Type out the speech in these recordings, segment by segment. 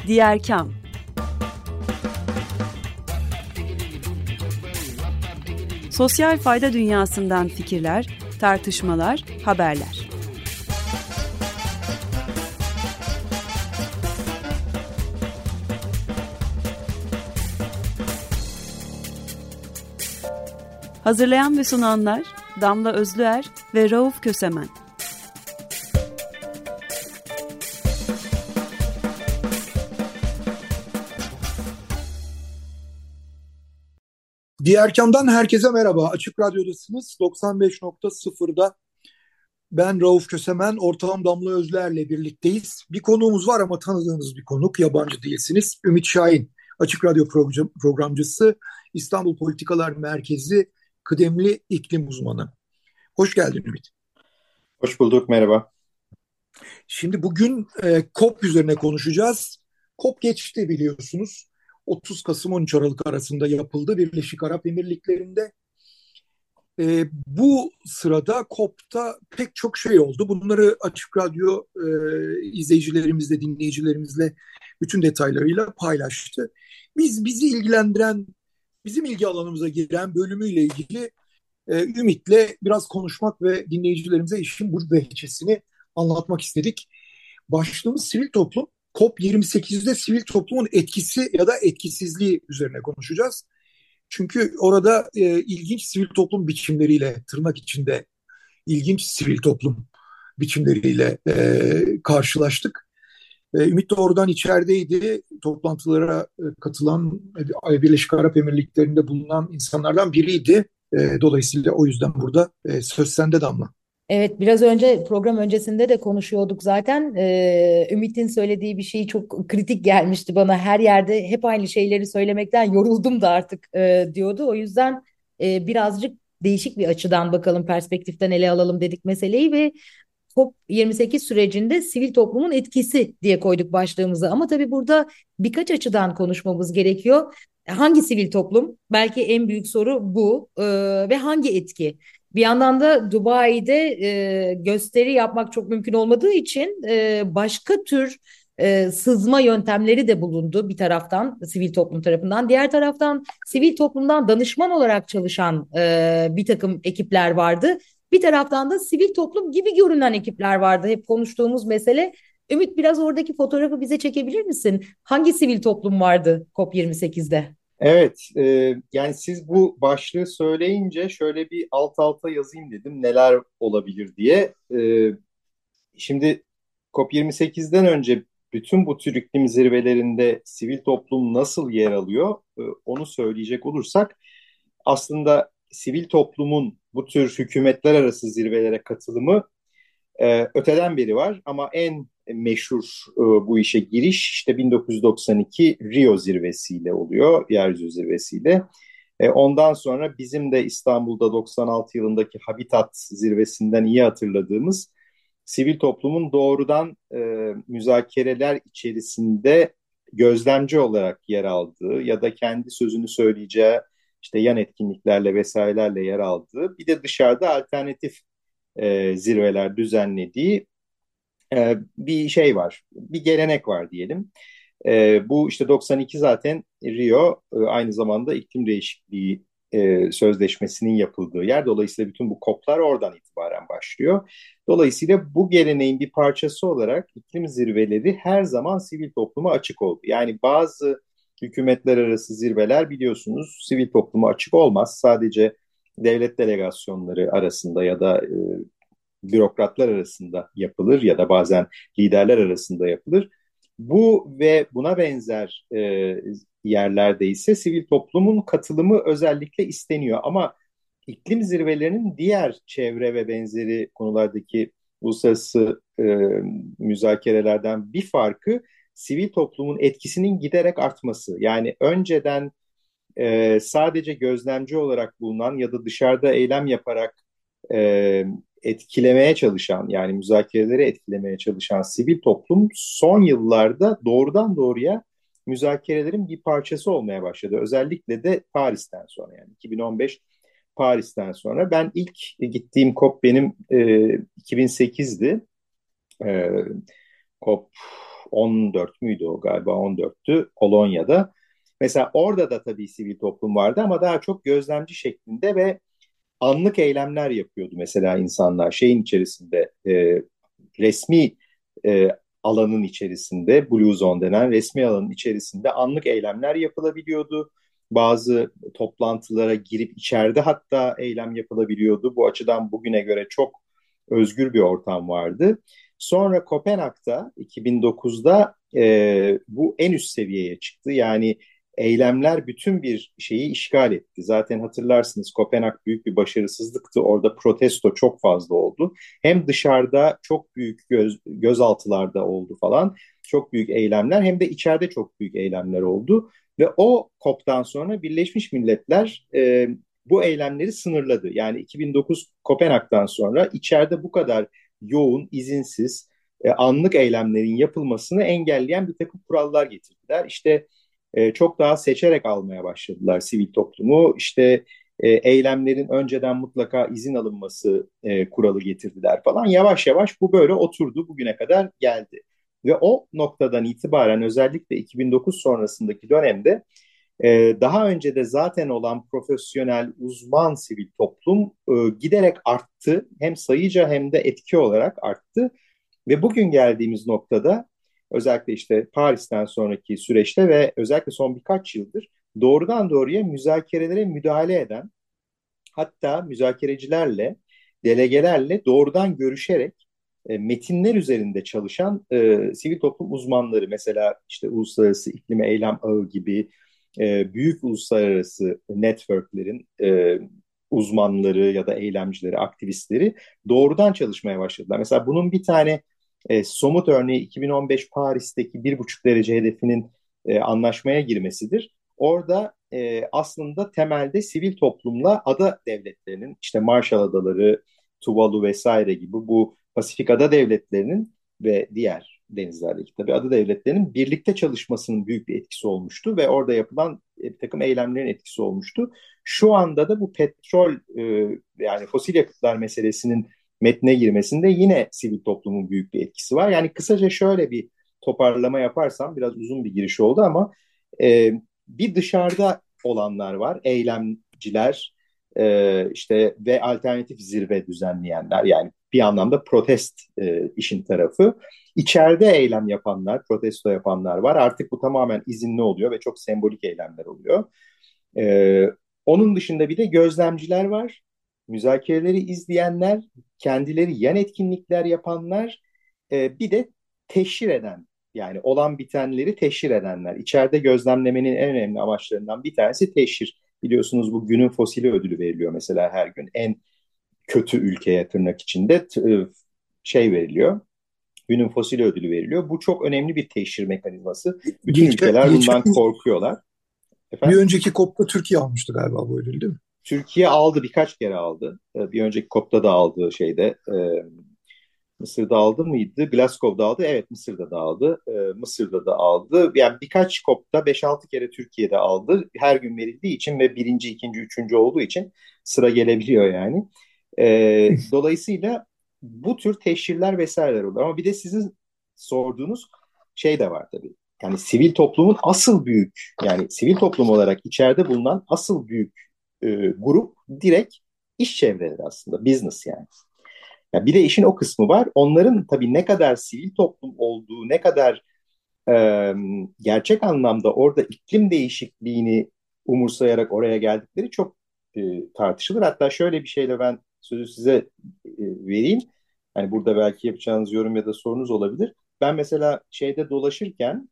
Diğer Kam. Sosyal fayda dünyasından fikirler, tartışmalar, haberler. Hazırlayan ve sunanlar Damla Özlüer ve Rauf Kösemen. Diğer Kam'dan herkese merhaba. Açık Radyo'dasınız. 95.0'da ben Rauf Kösemen, ortağım Damla Özler'le birlikteyiz. Bir konuğumuz var ama tanıdığınız bir konuk, yabancı değilsiniz. Ümit Şahin, Açık Radyo programcısı, İstanbul Politikalar Merkezi kıdemli iklim uzmanı. Hoş geldin Ümit. Hoş bulduk, merhaba. Şimdi bugün COP üzerine konuşacağız. COP geçti biliyorsunuz. 30 Kasım 13 Aralık arasında yapıldı Birleşik Arap Emirlikleri'nde. Bu sırada COP'ta pek çok şey oldu. Bunları Açık Radyo izleyicilerimizle, dinleyicilerimizle bütün detaylarıyla paylaştı. Bizi ilgilendiren, bizim ilgi alanımıza giren bölümüyle ilgili Ümit'le biraz konuşmak ve dinleyicilerimize işin bu veçesini anlatmak istedik. Başlığımız sivil toplum. COP28'de sivil toplumun etkisi ya da etkisizliği üzerine konuşacağız. Çünkü orada ilginç sivil toplum biçimleriyle, tırnak içinde ilginç sivil toplum biçimleriyle karşılaştık. Ümit de oradan içerideydi. Toplantılara katılan, Birleşik Arap Emirlikleri'nde bulunan insanlardan biriydi. Dolayısıyla o yüzden burada söz sende Damla. Evet, biraz önce program öncesinde de konuşuyorduk zaten. Ümit'in söylediği bir şey çok kritik gelmişti bana. Her yerde hep aynı şeyleri söylemekten yoruldum da artık diyordu. O yüzden birazcık değişik bir açıdan bakalım, perspektiften ele alalım dedik meseleyi ve COP28 sürecinde sivil toplumun etkisi diye koyduk başlığımızı. Ama tabii burada birkaç açıdan konuşmamız gerekiyor. Hangi sivil toplum? Belki en büyük soru bu. Ve hangi etki? Bir yandan da Dubai'de gösteri yapmak çok mümkün olmadığı için başka tür sızma yöntemleri de bulundu bir taraftan sivil toplum tarafından. Diğer taraftan sivil toplumdan danışman olarak çalışan bir takım ekipler vardı. Bir taraftan da sivil toplum gibi görünen ekipler vardı. Hep konuştuğumuz mesele. Ümit, biraz oradaki fotoğrafı bize çekebilir misin? Hangi sivil toplum vardı COP28'de? Evet, yani siz bu başlığı söyleyince şöyle bir alt alta yazayım dedim neler olabilir diye. Şimdi COP28'den önce bütün bu tür iklim zirvelerinde sivil toplum nasıl yer alıyor, onu söyleyecek olursak aslında sivil toplumun bu tür hükümetler arası zirvelere katılımı öteden beri var ama en meşhur bu işe giriş işte 1992 Rio zirvesiyle oluyor, yeryüzü zirvesiyle. Ondan sonra bizim de İstanbul'da 96 yılındaki Habitat zirvesinden iyi hatırladığımız sivil toplumun doğrudan müzakereler içerisinde gözlemci olarak yer aldığı ya da kendi sözünü söyleyeceği işte yan etkinliklerle vesairelerle yer aldığı bir de dışarıda alternatif zirveler düzenlediği bir şey var, bir gelenek var diyelim. Bu işte 92 zaten Rio aynı zamanda iklim değişikliği sözleşmesinin yapıldığı yer. Dolayısıyla bütün bu COP'lar oradan itibaren başlıyor. Dolayısıyla bu geleneğin bir parçası olarak iklim zirveleri her zaman sivil topluma açık oldu. Yani bazı hükümetler arası zirveler biliyorsunuz sivil topluma açık olmaz. Sadece devlet delegasyonları arasında ya da bürokratlar arasında yapılır ya da bazen liderler arasında yapılır. Bu ve buna benzer yerlerde ise sivil toplumun katılımı özellikle isteniyor. Ama iklim zirvelerinin diğer çevre ve benzeri konulardaki uluslararası müzakerelerden bir farkı sivil toplumun etkisinin giderek artması. Yani önceden sadece gözlemci olarak bulunan ya da dışarıda eylem yaparak e, etkilemeye çalışan yani müzakereleri etkilemeye çalışan sivil toplum son yıllarda doğrudan doğruya müzakerelerin bir parçası olmaya başladı. Özellikle de Paris'ten sonra yani 2015 Paris'ten sonra ben ilk gittiğim COP benim 2008'di. E, COP 14 müydü o, galiba 14'tü, Polonya'da. Mesela orada da tabii sivil toplum vardı ama daha çok gözlemci şeklinde ve anlık eylemler yapıyordu mesela insanlar şeyin içerisinde, resmi e, alanın içerisinde, Blue Zone denen resmi alanın içerisinde anlık eylemler yapılabiliyordu. Bazı toplantılara girip içeride hatta eylem yapılabiliyordu. Bu açıdan bugüne göre çok özgür bir ortam vardı. Sonra Kopenhag'da 2009'da bu en üst seviyeye çıktı. Yani eylemler bütün bir şeyi işgal etti. Zaten hatırlarsınız, Kopenhag büyük bir başarısızlıktı. Orada protesto çok fazla oldu. Hem dışarıda çok büyük gözaltılarda oldu falan. Çok büyük eylemler, hem de içeride çok büyük eylemler oldu. Ve o COP'tan sonra Birleşmiş Milletler bu eylemleri sınırladı. Yani 2009 Kopenhag'dan sonra içeride bu kadar yoğun, izinsiz, anlık eylemlerin yapılmasını engelleyen bir takım kurallar getirdiler. İşte çok daha seçerek almaya başladılar sivil toplumu. İşte eylemlerin önceden mutlaka izin alınması kuralı getirdiler falan. Yavaş yavaş bu böyle oturdu, bugüne kadar geldi. Ve o noktadan itibaren özellikle 2009 sonrasındaki dönemde daha önce de zaten olan profesyonel, uzman sivil toplum giderek arttı. Hem sayıca hem de etki olarak arttı. Ve bugün geldiğimiz noktada, özellikle işte Paris'ten sonraki süreçte ve özellikle son birkaç yıldır doğrudan doğruya müzakerelere müdahale eden, hatta müzakerecilerle, delegelerle doğrudan görüşerek metinler üzerinde çalışan sivil toplum uzmanları, mesela işte Uluslararası İklim Eylem Ağı gibi büyük uluslararası networklerin uzmanları ya da eylemcileri, aktivistleri doğrudan çalışmaya başladılar. Mesela bunun bir tane somut örneği 2015 Paris'teki 1,5 derece hedefinin anlaşmaya girmesidir. Orada aslında temelde sivil toplumla ada devletlerinin, işte Marshall Adaları, Tuvalu vesaire gibi bu Pasifik ada devletlerinin ve diğer denizlerdeki tabii ada devletlerinin birlikte çalışmasının büyük bir etkisi olmuştu ve orada yapılan bir takım eylemlerin etkisi olmuştu. Şu anda da bu petrol, yani fosil yakıtlar meselesinin metne girmesinde yine sivil toplumun büyük bir etkisi var. Yani kısaca şöyle bir toparlama yaparsam, biraz uzun bir giriş oldu ama e, bir dışarıda olanlar var, eylemciler, işte ve alternatif zirve düzenleyenler, yani bir anlamda protest işin tarafı. İçeride eylem yapanlar, protesto yapanlar var. Artık bu tamamen izinli oluyor ve çok sembolik eylemler oluyor. E, Onun dışında bir de gözlemciler var. Müzakereleri izleyenler, kendileri yan etkinlikler yapanlar, bir de teşhir eden, yani olan bitenleri teşhir edenler. İçeride gözlemlemenin en önemli amaçlarından bir tanesi teşhir. Biliyorsunuz bu günün fosili ödülü veriliyor mesela her gün. En kötü ülkeye tırnak içinde şey veriliyor. Günün fosili ödülü veriliyor. Bu çok önemli bir teşhir mekanizması. Bütün ülkeler Geçen bundan korkuyorlar. bir Efendim? önceki COP'ta Türkiye almıştı galiba bu ödülü, değil mi? Türkiye aldı, birkaç kere aldı. Bir önceki COP'ta da aldığı şeyde, Mısır'da aldı mıydı? Glasgow'da aldı. Evet, Mısır'da da aldı. Mısır'da da aldı. Yani birkaç COP'ta 5-6 kere Türkiye'de aldı. Her gün verildiği için ve birinci, ikinci, üçüncü olduğu için sıra gelebiliyor yani. Dolayısıyla bu tür teşhirler vesaireler olur. Ama bir de sizin sorduğunuz şey de var tabii. Yani sivil toplumun asıl büyük, yani sivil toplum olarak içeride bulunan asıl büyük grup direkt iş çevreleri aslında. Business yani. Ya bir de işin o kısmı var. Onların tabii ne kadar sivil toplum olduğu, ne kadar gerçek anlamda orada iklim değişikliğini umursayarak oraya geldikleri çok tartışılır. Hatta şöyle bir şeyle ben sözü size vereyim. Hani burada belki yapacağınız yorum ya da sorunuz olabilir. Ben mesela şeyde dolaşırken,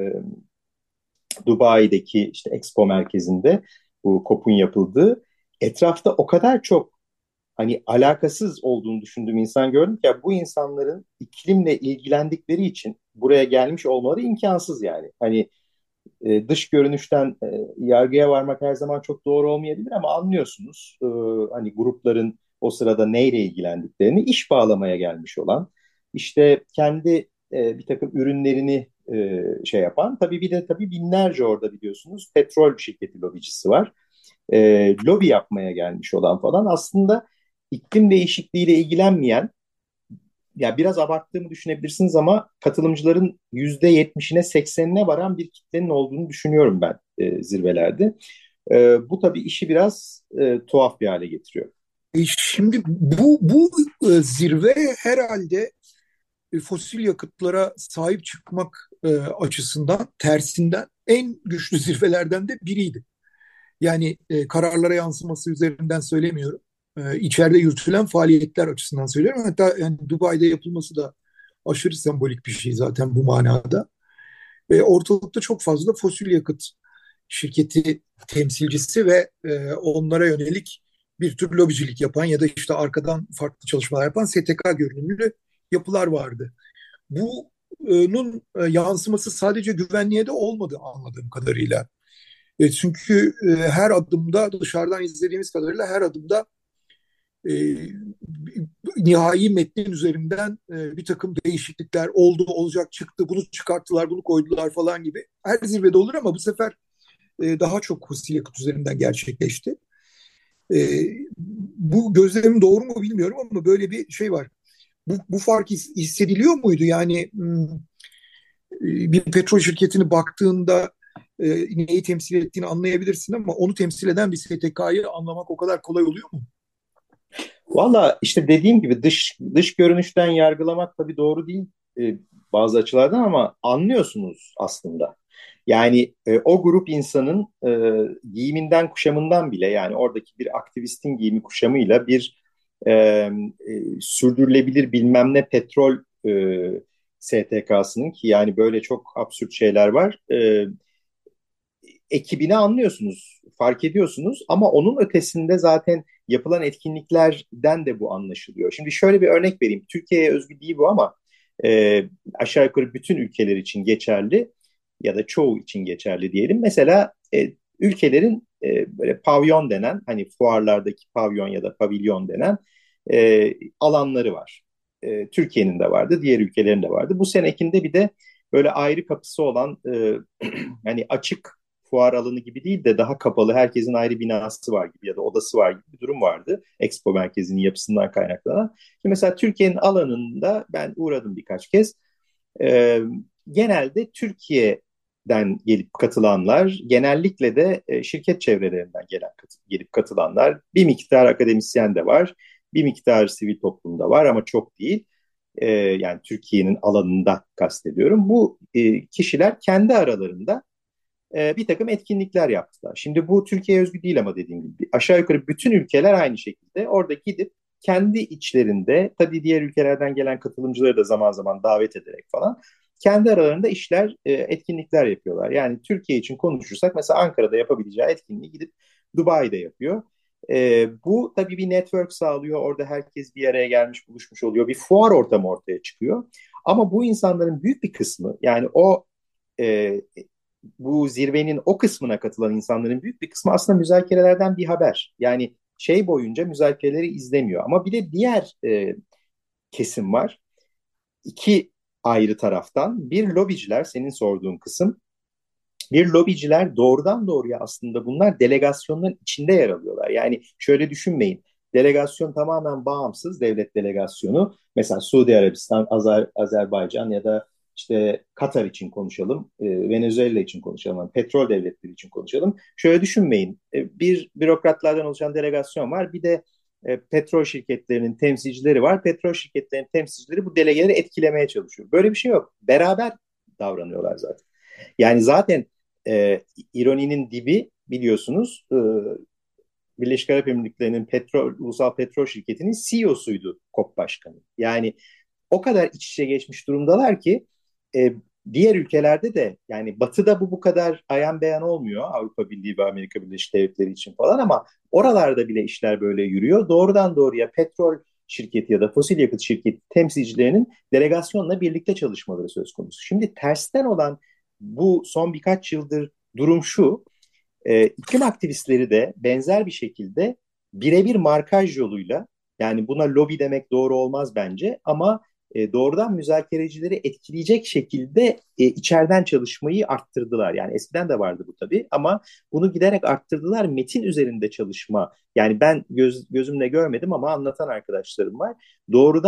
Dubai'deki işte Expo merkezinde bu COP'un yapıldığı, etrafta o kadar çok hani alakasız olduğunu düşündüğüm insan gördüm ki, ya bu insanların iklimle ilgilendikleri için buraya gelmiş olmaları imkansız yani. Hani dış görünüşten yargıya varmak her zaman çok doğru olmayabilir ama anlıyorsunuz hani grupların o sırada neyle ilgilendiklerini, iş bağlamaya gelmiş olan, işte kendi bir takım ürünlerini şey yapan, tabii bir de tabii binlerce orada biliyorsunuz petrol şirketi lobicisi var. Lobi yapmaya gelmiş olan falan, aslında iklim değişikliğiyle ilgilenmeyen ya biraz abarttığımı düşünebilirsiniz ama katılımcıların %70'ine 80'ine varan bir kitlenin olduğunu düşünüyorum ben zirvelerde. Bu tabii işi biraz tuhaf bir hale getiriyor. Şimdi bu zirve herhalde fosil yakıtlara sahip çıkmak açısından tersinden en güçlü zirvelerden de biriydi. Yani kararlara yansıması üzerinden söylemiyorum. İçeride yürütülen faaliyetler açısından söylüyorum. Hatta yani Dubai'de yapılması da aşırı sembolik bir şey zaten bu manada. Ortalıkta çok fazla fosil yakıt şirketi temsilcisi ve onlara yönelik bir tür lobicilik yapan ya da işte arkadan farklı çalışmalar yapan STK görünümlü yapılar vardı. Bunun yansıması sadece güvenliğe de olmadı anladığım kadarıyla. Çünkü her adımda dışarıdan izlediğimiz kadarıyla her adımda e, nihai metnin üzerinden bir takım değişiklikler oldu, olacak, çıktı, bunu çıkarttılar, bunu koydular falan gibi. Her zirvede olur ama bu sefer daha çok fosil yakıt üzerinden gerçekleşti. E, Bu gözlemim doğru mu bilmiyorum ama böyle bir şey var. Bu fark hissediliyor muydu? Yani bir petrol şirketini baktığında neyi temsil ettiğini anlayabilirsin ama onu temsil eden bir STK'yı anlamak o kadar kolay oluyor mu? Valla işte dediğim gibi dış görünüşten yargılamak tabii doğru değil bazı açılardan ama anlıyorsunuz aslında. Yani o grup insanın giyiminden kuşamından bile yani oradaki bir aktivistin giyimi kuşamıyla bir sürdürülebilir bilmem ne petrol STK'sının ki yani böyle çok absürt şeyler var. Ekibini anlıyorsunuz, fark ediyorsunuz ama onun ötesinde zaten yapılan etkinliklerden de bu anlaşılıyor. Şimdi şöyle bir örnek vereyim. Türkiye'ye özgü değil bu ama e, aşağı yukarı bütün ülkeler için geçerli ya da çoğu için geçerli diyelim. Mesela ülkelerin böyle pavyon denen hani fuarlardaki pavyon ya da pavilyon denen alanları var. Türkiye'nin de vardı, diğer ülkelerin de vardı. Bu senekinde bir de böyle ayrı kapısı olan hani açık fuar alanı gibi değil de daha kapalı herkesin ayrı binası var gibi ya da odası var gibi bir durum vardı. Expo merkezinin yapısından kaynaklanan. Şimdi mesela Türkiye'nin alanında ben uğradım birkaç kez. Ee, Genelde Türkiye'den gelip katılanlar, genellikle de şirket çevrelerinden gelip katılanlar, bir miktar akademisyen de var, bir miktar sivil toplumda var ama çok değil. Yani Türkiye'nin alanında kastediyorum. Bu kişiler kendi aralarında bir takım etkinlikler yaptılar. Şimdi bu Türkiye'ye özgü değil ama dediğim gibi aşağı yukarı bütün ülkeler aynı şekilde orada gidip kendi içlerinde tabii diğer ülkelerden gelen katılımcıları da zaman zaman davet ederek falan kendi aralarında etkinlikler yapıyorlar. Yani Türkiye için konuşursak mesela Ankara'da yapabileceği etkinliği gidip Dubai'de yapıyor. Bu tabii bir network sağlıyor. Orada herkes bir araya gelmiş, buluşmuş oluyor. Bir fuar ortamı ortaya çıkıyor. Ama bu insanların büyük bir kısmı yani e, bu zirvenin o kısmına katılan insanların büyük bir kısmı aslında müzakerelerden bir haber. Yani şey boyunca müzakereleri izlemiyor. Ama bir de diğer kesim var. İki ayrı taraftan bir lobiciler senin sorduğun kısım. Bir lobiciler doğrudan doğruya aslında bunlar delegasyonların içinde yer alıyorlar. Yani şöyle düşünmeyin. Delegasyon tamamen bağımsız devlet delegasyonu. Mesela Suudi Arabistan, Azerbaycan ya da işte Katar için konuşalım, Venezuela için konuşalım, yani petrol devletleri için konuşalım. Şöyle düşünmeyin. Bir bürokratlardan oluşan delegasyon var. Bir de petrol şirketlerinin temsilcileri var. Petrol şirketlerinin temsilcileri bu delegeleri etkilemeye çalışıyor. Böyle bir şey yok. Beraber davranıyorlar zaten. Yani zaten ironinin dibi biliyorsunuz Birleşik Arap Emirlikleri'nin ulusal petrol şirketinin CEO'suydu KOP Başkanı. Yani o kadar iç içe geçmiş durumdalar ki e, diğer ülkelerde de yani Batı'da bu kadar ayan beyan olmuyor Avrupa Birliği ve Amerika Birleşik Devletleri için falan ama oralarda bile işler böyle yürüyor. Doğrudan doğruya petrol şirketi ya da fosil yakıt şirketi temsilcilerinin delegasyonla birlikte çalışmaları söz konusu. Şimdi tersten olan bu son birkaç yıldır durum şu, iklim aktivistleri de benzer bir şekilde birebir markaj yoluyla yani buna lobi demek doğru olmaz bence ama doğrudan müzakerecileri etkileyecek şekilde içeriden çalışmayı arttırdılar. Yani eskiden de vardı bu tabii ama bunu giderek arttırdılar. Metin üzerinde çalışma yani ben gözümle görmedim ama anlatan arkadaşlarım var. Doğrudan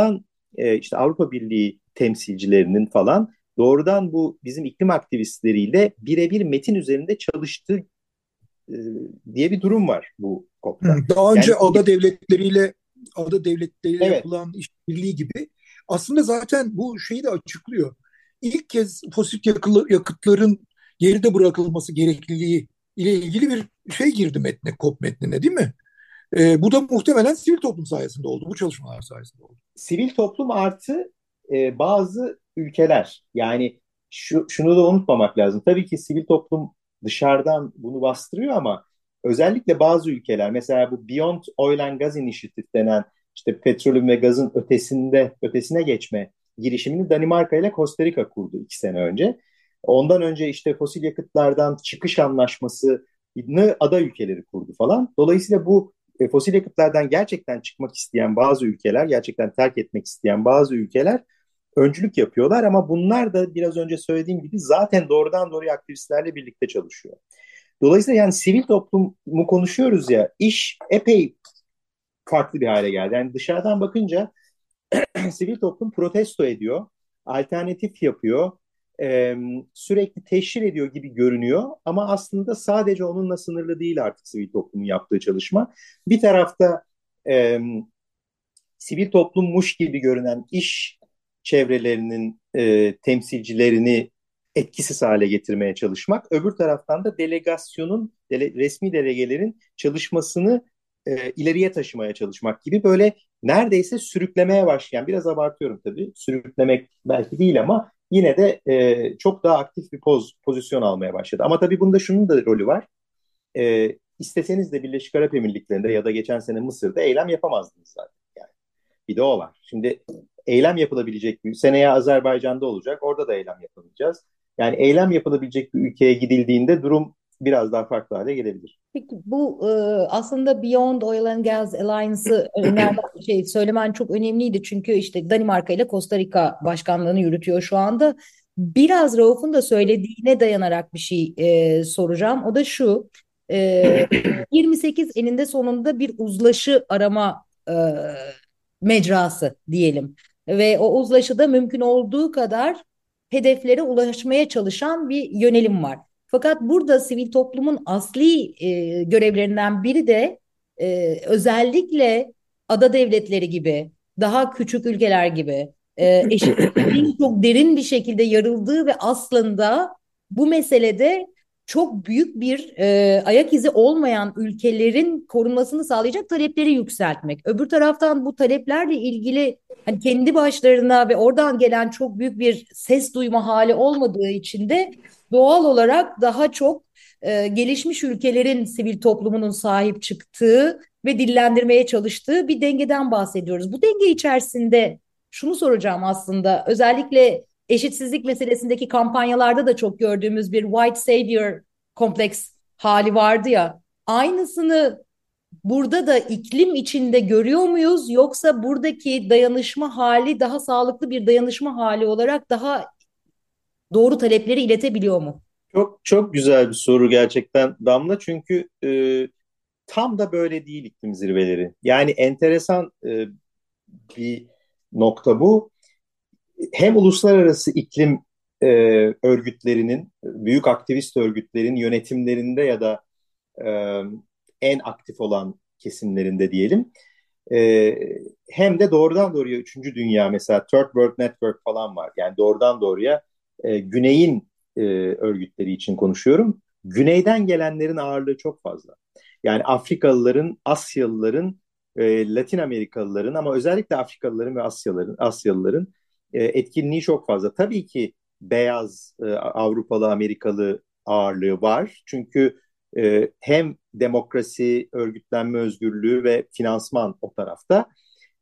işte Avrupa Birliği temsilcilerinin falan doğrudan bu bizim iklim aktivistleriyle birebir metin üzerinde çalıştığı e, diye bir durum var bu COP'ta. Daha Yani önce ada devletleriyle evet, yapılan işbirliği gibi aslında zaten bu şeyi de açıklıyor. İlk kez fosil yakıtların geride bırakılması gerekliliği ile ilgili bir şey girdi metne, COP metnine, değil mi? Bu da muhtemelen sivil toplum sayesinde oldu. Bu çalışmalar sayesinde oldu. sivil toplum artı bazı ülkeler. Yani şunu da unutmamak lazım. Tabii ki sivil toplum dışarıdan bunu bastırıyor ama özellikle bazı ülkeler, mesela bu Beyond Oil and Gas Initiative denen işte petrolün ve gazın ötesine geçme girişimini Danimarka ile Costa Rica kurdu 2 sene önce. Ondan önce işte fosil yakıtlardan çıkış anlaşmasını ada ülkeleri kurdu falan. Dolayısıyla bu fosil yakıtlardan gerçekten çıkmak isteyen bazı ülkeler, gerçekten terk etmek isteyen bazı ülkeler öncülük yapıyorlar ama bunlar da biraz önce söylediğim gibi zaten doğrudan doğruya aktivistlerle birlikte çalışıyor. Dolayısıyla yani sivil toplumu konuşuyoruz ya, iş epey farklı bir hale geldi. Yani dışarıdan bakınca sivil toplum protesto ediyor, alternatif yapıyor, sürekli teşhir ediyor gibi görünüyor. Ama aslında sadece onunla sınırlı değil artık sivil toplumun yaptığı çalışma. Bir tarafta e, sivil toplummuş gibi görünen iş çevrelerinin temsilcilerini etkisiz hale getirmeye çalışmak. Öbür taraftan da resmi delegelerin çalışmasını ileriye taşımaya çalışmak gibi böyle neredeyse sürüklemeye başlayan, biraz abartıyorum tabii, sürüklemek belki değil ama yine de çok daha aktif bir pozisyon almaya başladı. Ama tabii bunda şunun da rolü var. İsteseniz de Birleşik Arap Emirlikleri'nde ya da geçen sene Mısır'da eylem yapamazdınız zaten. Yani bir de o var. Şimdi eylem yapılabilecek bir seneye Azerbaycan'da olacak. Orada da eylem yapamayacağız. Yani eylem yapılabilecek bir ülkeye gidildiğinde durum biraz daha farklı hale gelebilir. Peki bu aslında Beyond Oil and Gas Alliance'ı söylemen çok önemliydi. Çünkü işte Danimarka ile Costa Rica başkanlığını yürütüyor şu anda. Biraz Rauf'un da söylediğine dayanarak bir şey soracağım. O da şu. e, 28 eninde sonunda bir uzlaşı arama mecrası diyelim. Ve o uzlaşıda mümkün olduğu kadar hedeflere ulaşmaya çalışan bir yönelim var. Fakat burada sivil toplumun asli görevlerinden biri de özellikle ada devletleri gibi, daha küçük ülkeler gibi eşitsizliğin çok derin bir şekilde yarıldığı ve aslında bu meselede çok büyük bir ayak izi olmayan ülkelerin korunmasını sağlayacak talepleri yükseltmek. Öbür taraftan bu taleplerle ilgili hani kendi başlarına ve oradan gelen çok büyük bir ses duyma hali olmadığı için de doğal olarak daha çok gelişmiş ülkelerin sivil toplumunun sahip çıktığı ve dillendirmeye çalıştığı bir dengeden bahsediyoruz. Bu denge içerisinde şunu soracağım aslında, özellikle eşitsizlik meselesindeki kampanyalarda da çok gördüğümüz bir white savior kompleks hali vardı ya. Aynısını burada da iklim içinde görüyor muyuz, yoksa buradaki dayanışma hali daha sağlıklı bir dayanışma hali olarak daha doğru talepleri iletebiliyor mu? Çok çok güzel bir soru gerçekten Damla, çünkü tam da böyle değil iklim zirveleri. Yani enteresan bir nokta bu. Hem uluslararası iklim e, örgütlerinin, büyük aktivist örgütlerin yönetimlerinde ya da e, en aktif olan kesimlerinde diyelim. E, Hem de doğrudan doğruya üçüncü dünya, mesela Third World Network falan var. Yani doğrudan doğruya güneyin örgütleri için konuşuyorum. Güneyden gelenlerin ağırlığı çok fazla. Yani Afrikalıların, Asyalıların, Latin Amerikalıların ama özellikle Afrikalıların ve Asyalıların etkinliği çok fazla. Tabii ki beyaz Avrupalı, Amerikalı ağırlığı var. Çünkü hem demokrasi, örgütlenme özgürlüğü ve finansman o tarafta,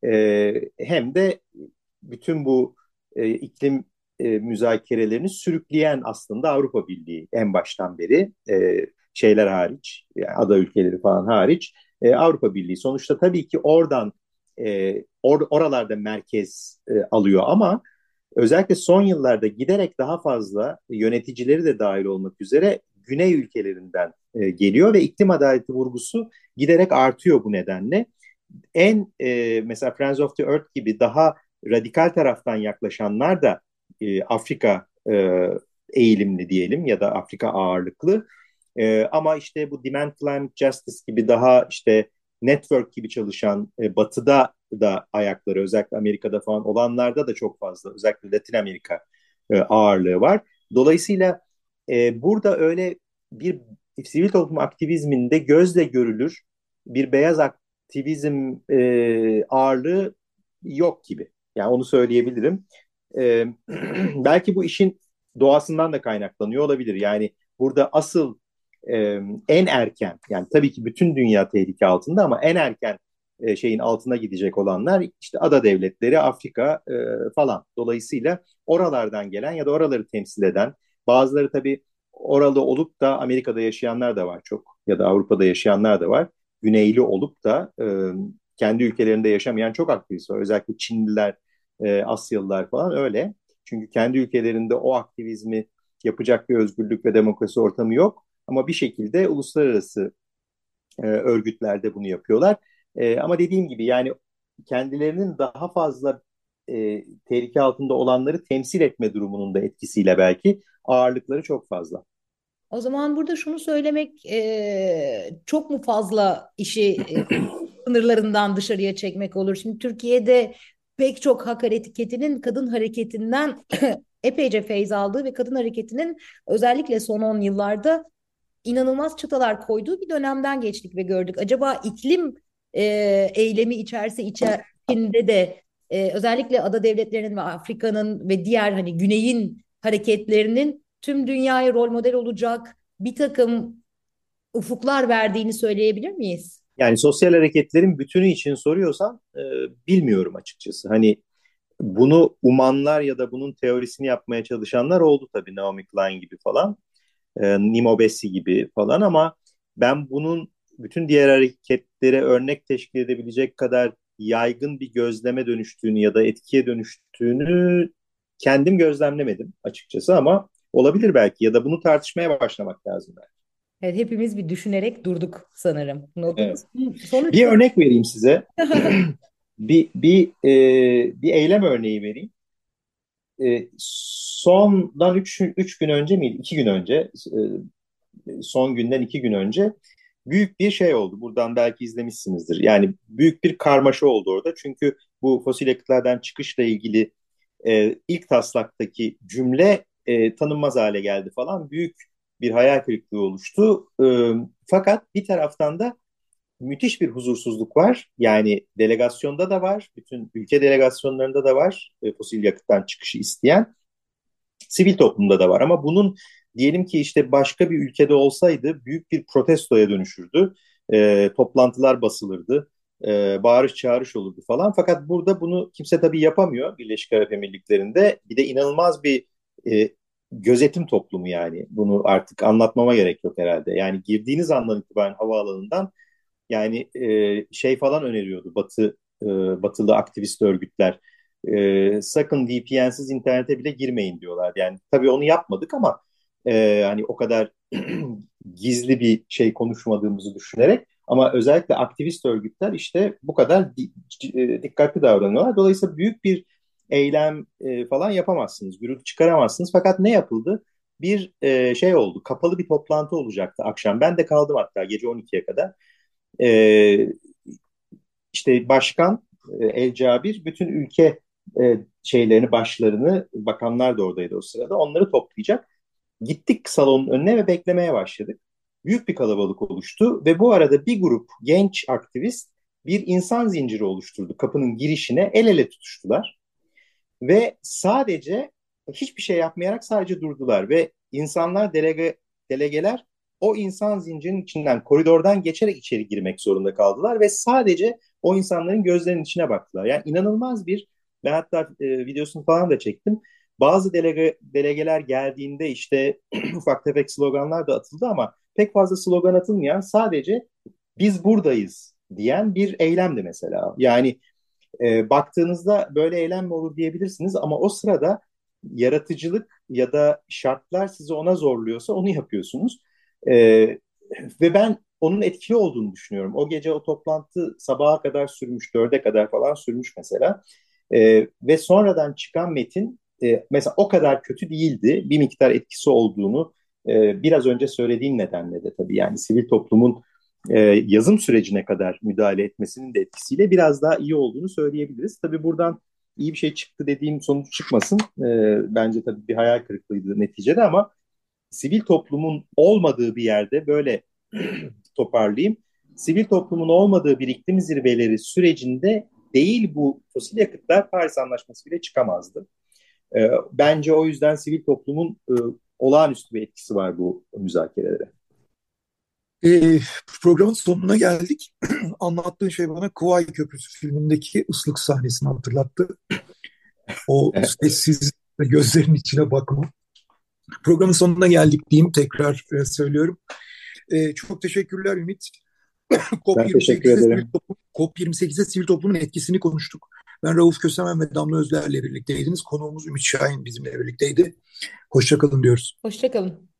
hem de bütün bu iklim müzakerelerini sürükleyen aslında Avrupa Birliği en baştan beri, şeyler hariç, yani ada ülkeleri falan hariç, Avrupa Birliği. Sonuçta tabii ki oradan oralarda merkez alıyor ama özellikle son yıllarda giderek daha fazla yöneticileri de dahil olmak üzere güney ülkelerinden geliyor ve iklim adaleti vurgusu giderek artıyor bu nedenle. Mesela Friends of the Earth gibi daha radikal taraftan yaklaşanlar da Afrika eğilimli diyelim ya da Afrika ağırlıklı. Ama işte bu Demand Climate Justice gibi daha işte network gibi çalışan batıda da ayakları özellikle Amerika'da falan olanlarda da çok fazla özellikle Latin Amerika ağırlığı var. Dolayısıyla burada öyle bir sivil toplum aktivizminde gözle görülür bir beyaz aktivizm ağırlığı yok gibi. Yani onu söyleyebilirim. Belki bu işin doğasından da kaynaklanıyor olabilir. Yani burada asıl en erken yani tabii ki bütün dünya tehlike altında ama en erken şeyin altına gidecek olanlar işte ada devletleri, Afrika falan. Dolayısıyla oralardan gelen ya da oraları temsil eden bazıları tabii oralı olup da Amerika'da yaşayanlar da var çok ya da Avrupa'da yaşayanlar da var. Güneyli olup da kendi ülkelerinde yaşamayan çok aktivist var. Özellikle Çinliler, Asyalılar falan öyle. Çünkü kendi ülkelerinde o aktivizmi yapacak bir özgürlük ve demokrasi ortamı yok. Ama bir şekilde uluslararası örgütlerde bunu yapıyorlar. Ama dediğim gibi yani kendilerinin daha fazla tehlike altında olanları temsil etme durumunun da etkisiyle belki ağırlıkları çok fazla. O zaman burada şunu söylemek çok mu fazla işi sınırlarından dışarıya çekmek olur? Şimdi Türkiye'de pek çok hak hareketinin kadın hareketinden epeyce feyz aldığı ve kadın hareketinin özellikle son 10 yıllarda inanılmaz çıtalar koyduğu bir dönemden geçtik ve gördük. Acaba iklim eylemi içerisinde de özellikle ada devletlerinin ve Afrika'nın ve diğer hani güneyin hareketlerinin tüm dünyaya rol model olacak bir takım ufuklar verdiğini söyleyebilir miyiz? Yani sosyal hareketlerin bütünü için soruyorsan bilmiyorum açıkçası. Hani bunu umanlar ya da bunun teorisini yapmaya çalışanlar oldu tabii Naomi Klein gibi falan. Nimo Bessi gibi falan ama ben bunun bütün diğer hareketlere örnek teşkil edebilecek kadar yaygın bir gözleme dönüştüğünü ya da etkiye dönüştüğünü kendim gözlemlemedim açıkçası ama olabilir belki ya da bunu tartışmaya başlamak lazım belki. Evet, hepimiz bir düşünerek durduk sanırım bu noktada. Evet. Bir Sonuçta örnek vereyim size. Bir eylem örneği vereyim. Sondan üç gün önce miydi? 2 gün önce son günden 2 gün önce büyük bir şey oldu. Buradan belki izlemişsinizdir. Yani büyük bir karmaşa oldu orada. Çünkü bu fosil yakıtlardan çıkışla ilgili ilk taslaktaki cümle tanınmaz hale geldi falan. Büyük bir hayal kırıklığı oluştu. Fakat bir taraftan da müthiş bir huzursuzluk var. Yani delegasyonda da var, bütün ülke delegasyonlarında da var fosil yakıttan çıkışı isteyen sivil toplumda da var ama bunun diyelim ki işte başka bir ülkede olsaydı büyük bir protestoya dönüşürdü. Toplantılar basılırdı. Bağırış çağırış olurdu falan. Fakat burada bunu kimse tabii yapamıyor Birleşik Arap Emirlikleri'nde. Bir de inanılmaz bir e, gözetim toplumu yani. Bunu artık anlatmama gerek yok herhalde. Yani girdiğiniz andan itibaren havaalanından yani şey falan öneriyordu batılı aktivist örgütler. Sakın VPN'siz internete bile girmeyin diyorlar. Yani tabii onu yapmadık ama hani o kadar gizli bir şey konuşmadığımızı düşünerek ama özellikle aktivist örgütler işte bu kadar dikkatli davranıyorlar. Dolayısıyla büyük bir eylem falan yapamazsınız, gürültü çıkaramazsınız. Fakat ne yapıldı? Bir şey oldu, kapalı bir toplantı olacaktı akşam. Ben de kaldım hatta gece 12'ye kadar. E, işte başkan El Cabir bütün ülke şeylerini, başlarını, bakanlar da oradaydı o sırada, onları toplayacak. Gittik salonun önüne ve beklemeye başladık. Büyük bir kalabalık oluştu ve bu arada bir grup genç aktivist bir insan zinciri oluşturdu. Kapının girişine el ele tutuştular ve sadece hiçbir şey yapmayarak sadece durdular ve insanlar delegeler o insan zincirinin içinden koridordan geçerek içeri girmek zorunda kaldılar ve sadece o insanların gözlerinin içine baktılar. Yani inanılmaz bir ben hatta videosunu falan da çektim. Bazı delegeler geldiğinde işte ufak tefek sloganlar da atıldı ama pek fazla slogan atılmayan sadece biz buradayız diyen bir eylemdi mesela. Yani baktığınızda böyle eylem mi olur diyebilirsiniz ama o sırada yaratıcılık ya da şartlar sizi ona zorluyorsa onu yapıyorsunuz. E, ve ben onun etkili olduğunu düşünüyorum. O gece o toplantı sabaha kadar sürmüş, 4'e kadar falan sürmüş mesela. Ve sonradan çıkan metin mesela o kadar kötü değildi. Bir miktar etkisi olduğunu biraz önce söylediğim nedenle de tabii yani sivil toplumun yazım sürecine kadar müdahale etmesinin de etkisiyle biraz daha iyi olduğunu söyleyebiliriz. Tabii buradan iyi bir şey çıktı dediğim sonuç çıkmasın. Bence tabii bir hayal kırıklığıydı neticede ama sivil toplumun olmadığı bir yerde böyle toparlayayım. Sivil toplumun olmadığı bir iklim zirveleri sürecinde değil bu fosil yakıtlar Paris Anlaşması bile çıkamazdı. Bence o yüzden sivil toplumun olağanüstü bir etkisi var bu müzakerelere. E, Programın sonuna geldik. Anlattığın şey bana Kuvayi Köprüsü filmindeki ıslık sahnesini hatırlattı. O sessiz gözlerin içine bakma. Programın sonuna geldik diyeyim, tekrar söylüyorum. Çok teşekkürler Ümit. Ben teşekkür ederim. COP28'de sivil toplumun etkisini konuştuk. Ben Rauf Kösemen ve Damla Özler'le birlikteydiniz. Konuğumuz Ümit Şahin bizimle birlikteydi. Hoşça kalın diyoruz. Hoşça kalın.